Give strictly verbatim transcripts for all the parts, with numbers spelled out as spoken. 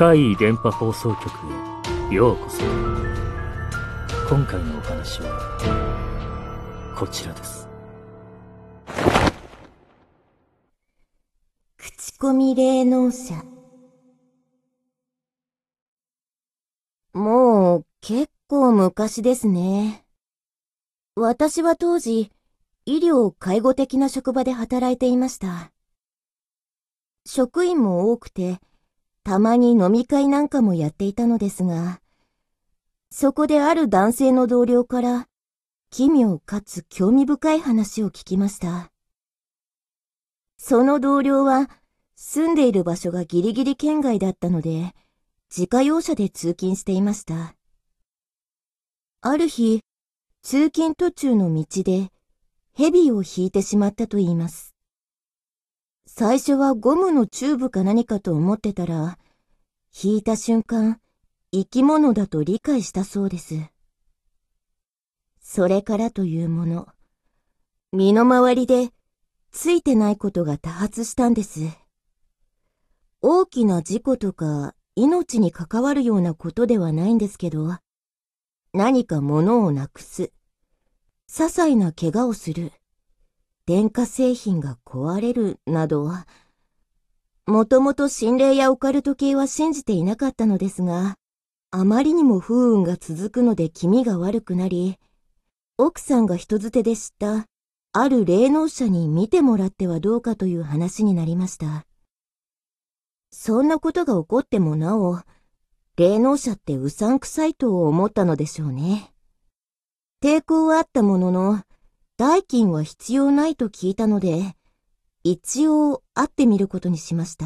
怪異電波放送局へようこそ。今回のお話はこちらです。 口コミ霊能者。もう結構昔ですね。私は当時、医療介護的な職場で働いていました。職員も多くて、たまに飲み会なんかもやっていたのですが、そこである男性の同僚から、奇妙かつ興味深い話を聞きました。その同僚は、住んでいる場所がギリギリ県外だったので、自家用車で通勤していました。ある日、通勤途中の道で、蛇を引いてしまったと言います。最初はゴムのチューブか何かと思ってたら、引いた瞬間、生き物だと理解したそうです。それからというもの、身の回りでついてないことが多発したんです。大きな事故とか命に関わるようなことではないんですけど、何か物をなくす、些細な怪我をする、電化製品が壊れるなどは、もともと心霊やオカルト系は信じていなかったのですが、あまりにも不運が続くので気味が悪くなり、奥さんが人づてで知ったある霊能者に見てもらってはどうかという話になりました。そんなことが起こってもなお、霊能者ってうさんくさいと思ったのでしょうね。抵抗はあったものの、代金は必要ないと聞いたので、一応会ってみることにしました。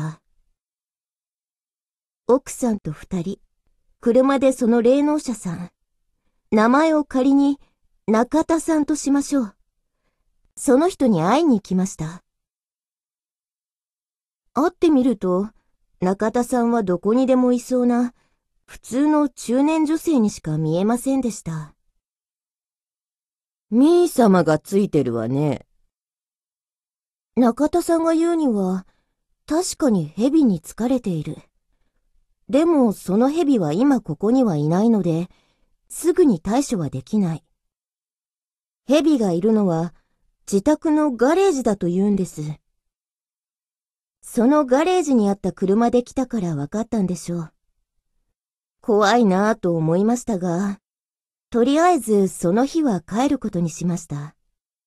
奥さんと二人、車でその霊能者さん、名前を仮に中田さんとしましょう。その人に会いに行きました。会ってみると、中田さんはどこにでもいそうな、普通の中年女性にしか見えませんでした。ミー様がついてるわね。中田さんが言うには、確かに蛇に疲れている。でもその蛇は今ここにはいないので、すぐに対処はできない。蛇がいるのは自宅のガレージだと言うんです。そのガレージにあった車で来たから分かったんでしょう。怖いなぁと思いましたが、とりあえずその日は帰ることにしました。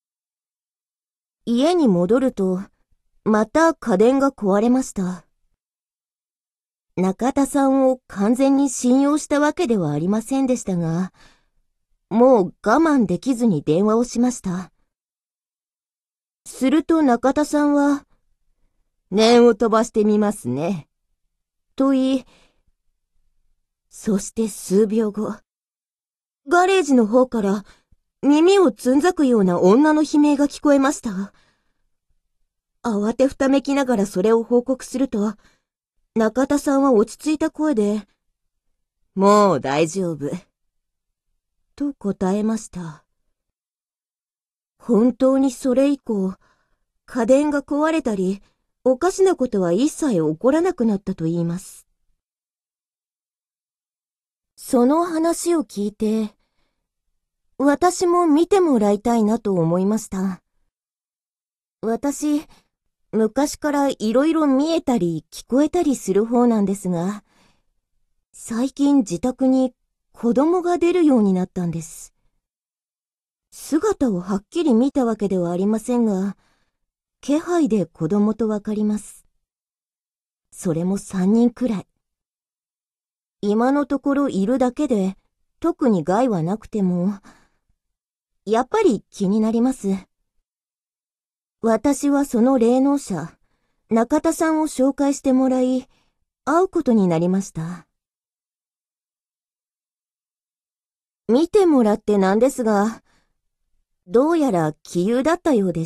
家に戻ると、また家電が壊れました。中田さんを完全に信用したわけではありませんでしたが、もう我慢できずに電話をしました。すると中田さんは、念を飛ばしてみますね。と言い、そして数秒後、ガレージの方から耳をつんざくような女の悲鳴が聞こえました。慌てふためきながらそれを報告すると、中田さんは落ち着いた声で、もう大丈夫。と答えました。本当にそれ以降、家電が壊れたり、おかしなことは一切起こらなくなったと言います。その話を聞いて、私も見てもらいたいなと思いました。私、昔からいろいろ見えたり聞こえたりする方なんですが、最近自宅に子供が出るようになったんです。姿をはっきり見たわけではありませんが、気配で子供とわかります。それも三人くらい。今のところいるだけで、特に害はなくても、やっぱり気になります。私はその霊能者、中田さんを紹介してもらい、会うことになりました。見てもらってなんですが、どうやら杞憂だったようです。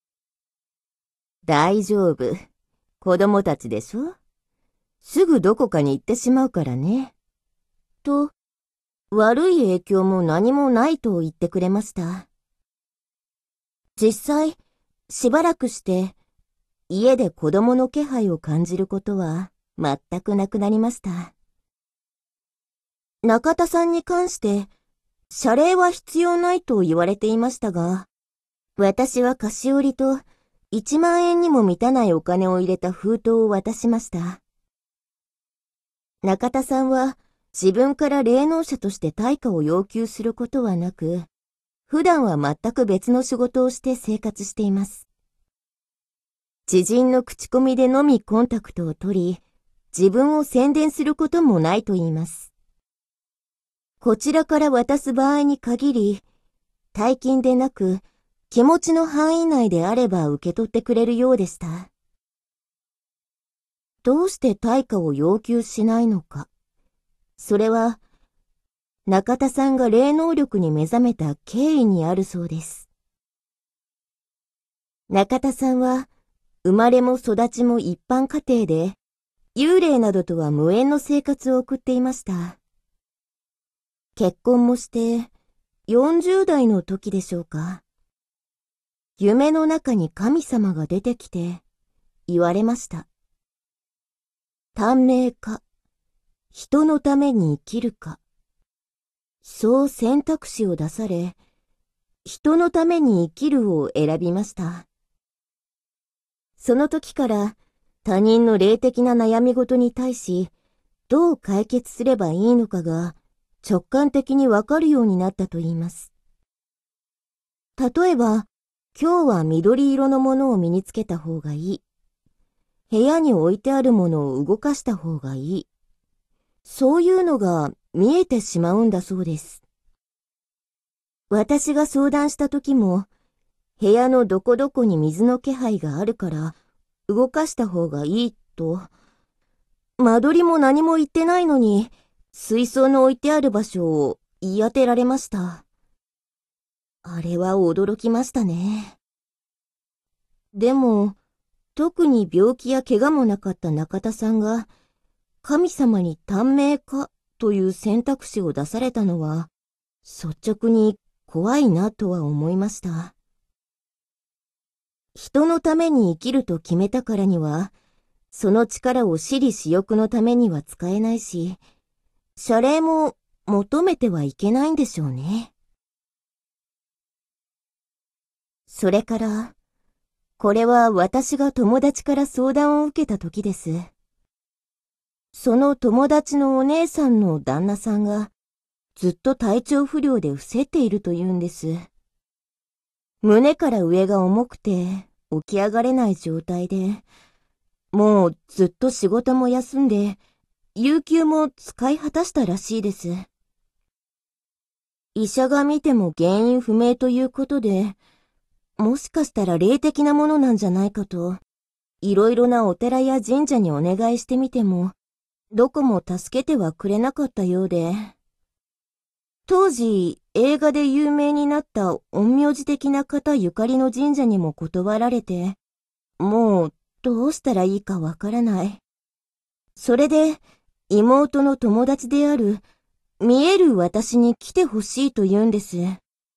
大丈夫。子供たちでしょ？すぐどこかに行ってしまうからね。と、悪い影響も何もないと言ってくれました。実際、しばらくして、家で子供の気配を感じることは全くなくなりました。中田さんに関して、謝礼は必要ないと言われていましたが、私は菓子折りといちまんえんにも満たないお金を入れた封筒を渡しました。中田さんは自分から霊能者として対価を要求することはなく、普段は全く別の仕事をして生活しています。知人の口コミでのみコンタクトを取り、自分を宣伝することもないと言います。こちらから渡す場合に限り、大金でなく気持ちの範囲内であれば受け取ってくれるようでした。どうして対価を要求しないのか。それは、中田さんが霊能力に目覚めた経緯にあるそうです。中田さんは、生まれも育ちも一般家庭で、幽霊などとは無縁の生活を送っていました。結婚もして、よんじゅうだいの時でしょうか。夢の中に神様が出てきて、言われました。短命か、人のために生きるか。そう選択肢を出され、人のために生きるを選びました。その時から他人の霊的な悩み事に対し、どう解決すればいいのかが直感的にわかるようになったと言います。例えば、今日は緑色のものを身につけた方がいい。部屋に置いてあるものを動かした方がいい。そういうのが見えてしまうんだそうです。私が相談した時も、部屋のどこどこに水の気配があるから動かした方がいいと、間取りも何も言ってないのに、水槽の置いてある場所を言い当てられました。あれは驚きましたね。でも、特に病気や怪我もなかった中田さんが、神様に短命かという選択肢を出されたのは、率直に怖いなとは思いました。人のために生きると決めたからには、その力を私利私欲のためには使えないし、謝礼も求めてはいけないんでしょうね。それから、これは私が友達から相談を受けた時です。その友達のお姉さんの旦那さんが、ずっと体調不良で伏せっていると言うんです。胸から上が重くて起き上がれない状態で、もうずっと仕事も休んで、有給も使い果たしたらしいです。医者が見ても原因不明ということで、もしかしたら霊的なものなんじゃないかと、いろいろなお寺や神社にお願いしてみても、どこも助けてはくれなかったようで、当時映画で有名になった陰陽師的な方ゆかりの神社にも断られて、もうどうしたらいいかわからない。それで妹の友達である見える私に来てほしいと言うんです。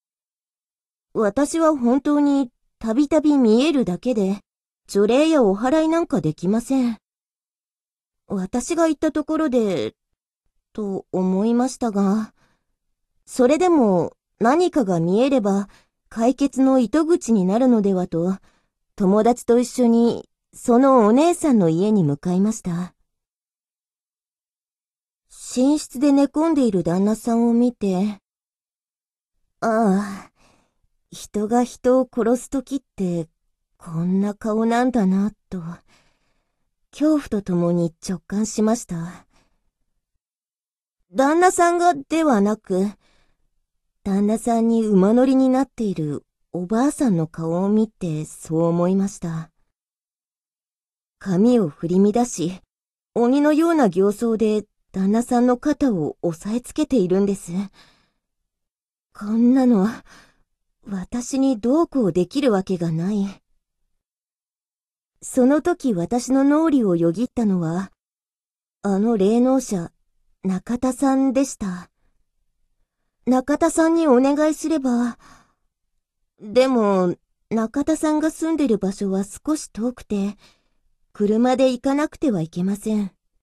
私は本当にたびたび見えるだけで、除霊やお祓いなんかできません。私が言ったところで、と思いましたが、それでも何かが見えれば解決の糸口になるのではと、友達と一緒にそのお姉さんの家に向かいました。寝室で寝込んでいる旦那さんを見て、ああ、人が人を殺すときってこんな顔なんだなと、恐怖とともに直感しました。旦那さんがではなく、旦那さんに馬乗りになっているおばあさんの顔を見てそう思いました。髪を振り乱し、鬼のような形相で旦那さんの肩を押さえつけているんです。こんなの、私にどうこうできるわけがない。その時私の脳裏をよぎったのは、あの霊能者、中田さんでした。中田さんにお願いすれば、でも、中田さんが住んでる場所は少し遠くて、車で行かなくてはいけません。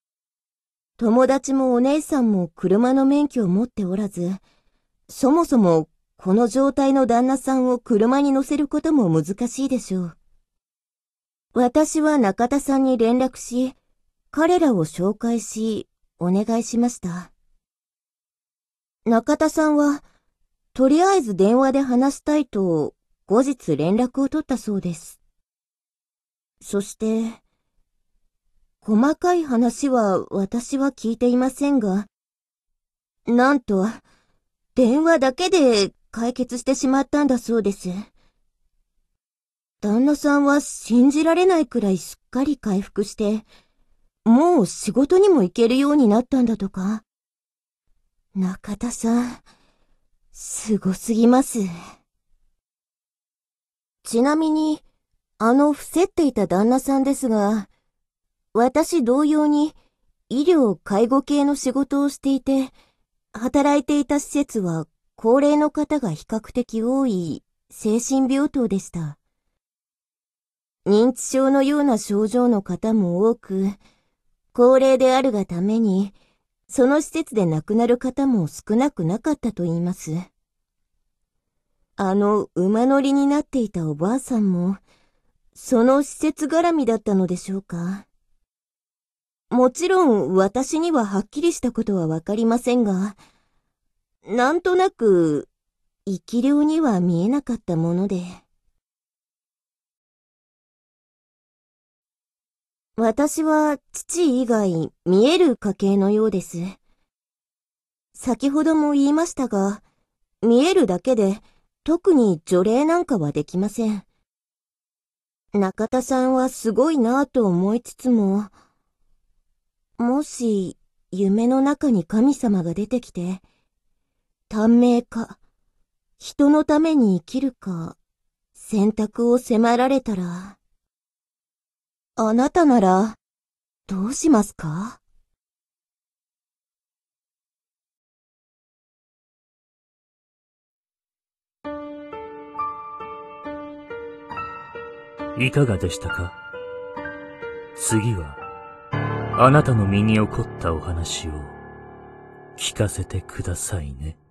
友達もお姉さんも車の免許を持っておらず、そもそもこの状態の旦那さんを車に乗せることも難しいでしょう。私は中田さんに連絡し、彼らを紹介し、お願いしました。中田さんは、とりあえず電話で話したいと、後日連絡を取ったそうです。そして、細かい話は私は聞いていませんが、なんと、電話だけで解決してしまったんだそうです。旦那さんは信じられないくらいすっかり回復して、もう仕事にも行けるようになったんだとか。中田さん、すごすぎます。ちなみに、あの伏せっていた旦那さんですが、私同様に医療・介護系の仕事をしていて、働いていた施設は高齢の方が比較的多い精神病棟でした。認知症のような症状の方も多く、高齢であるがために、その施設で亡くなる方も少なくなかったと言います。あの馬乗りになっていたおばあさんも、その施設絡みだったのでしょうか。もちろん私にははっきりしたことはわかりませんが、なんとなく生き量には見えなかったもので。私は父以外見える家系のようです。先ほども言いましたが、見えるだけで特に除霊なんかはできません。中田さんはすごいなぁと思いつつも、もし夢の中に神様が出てきて、短命か、人のために生きるか、選択を迫られたら、あなたならどうしますか？ いかがでしたか？次は、あなたの身に起こったお話を聞かせてくださいね。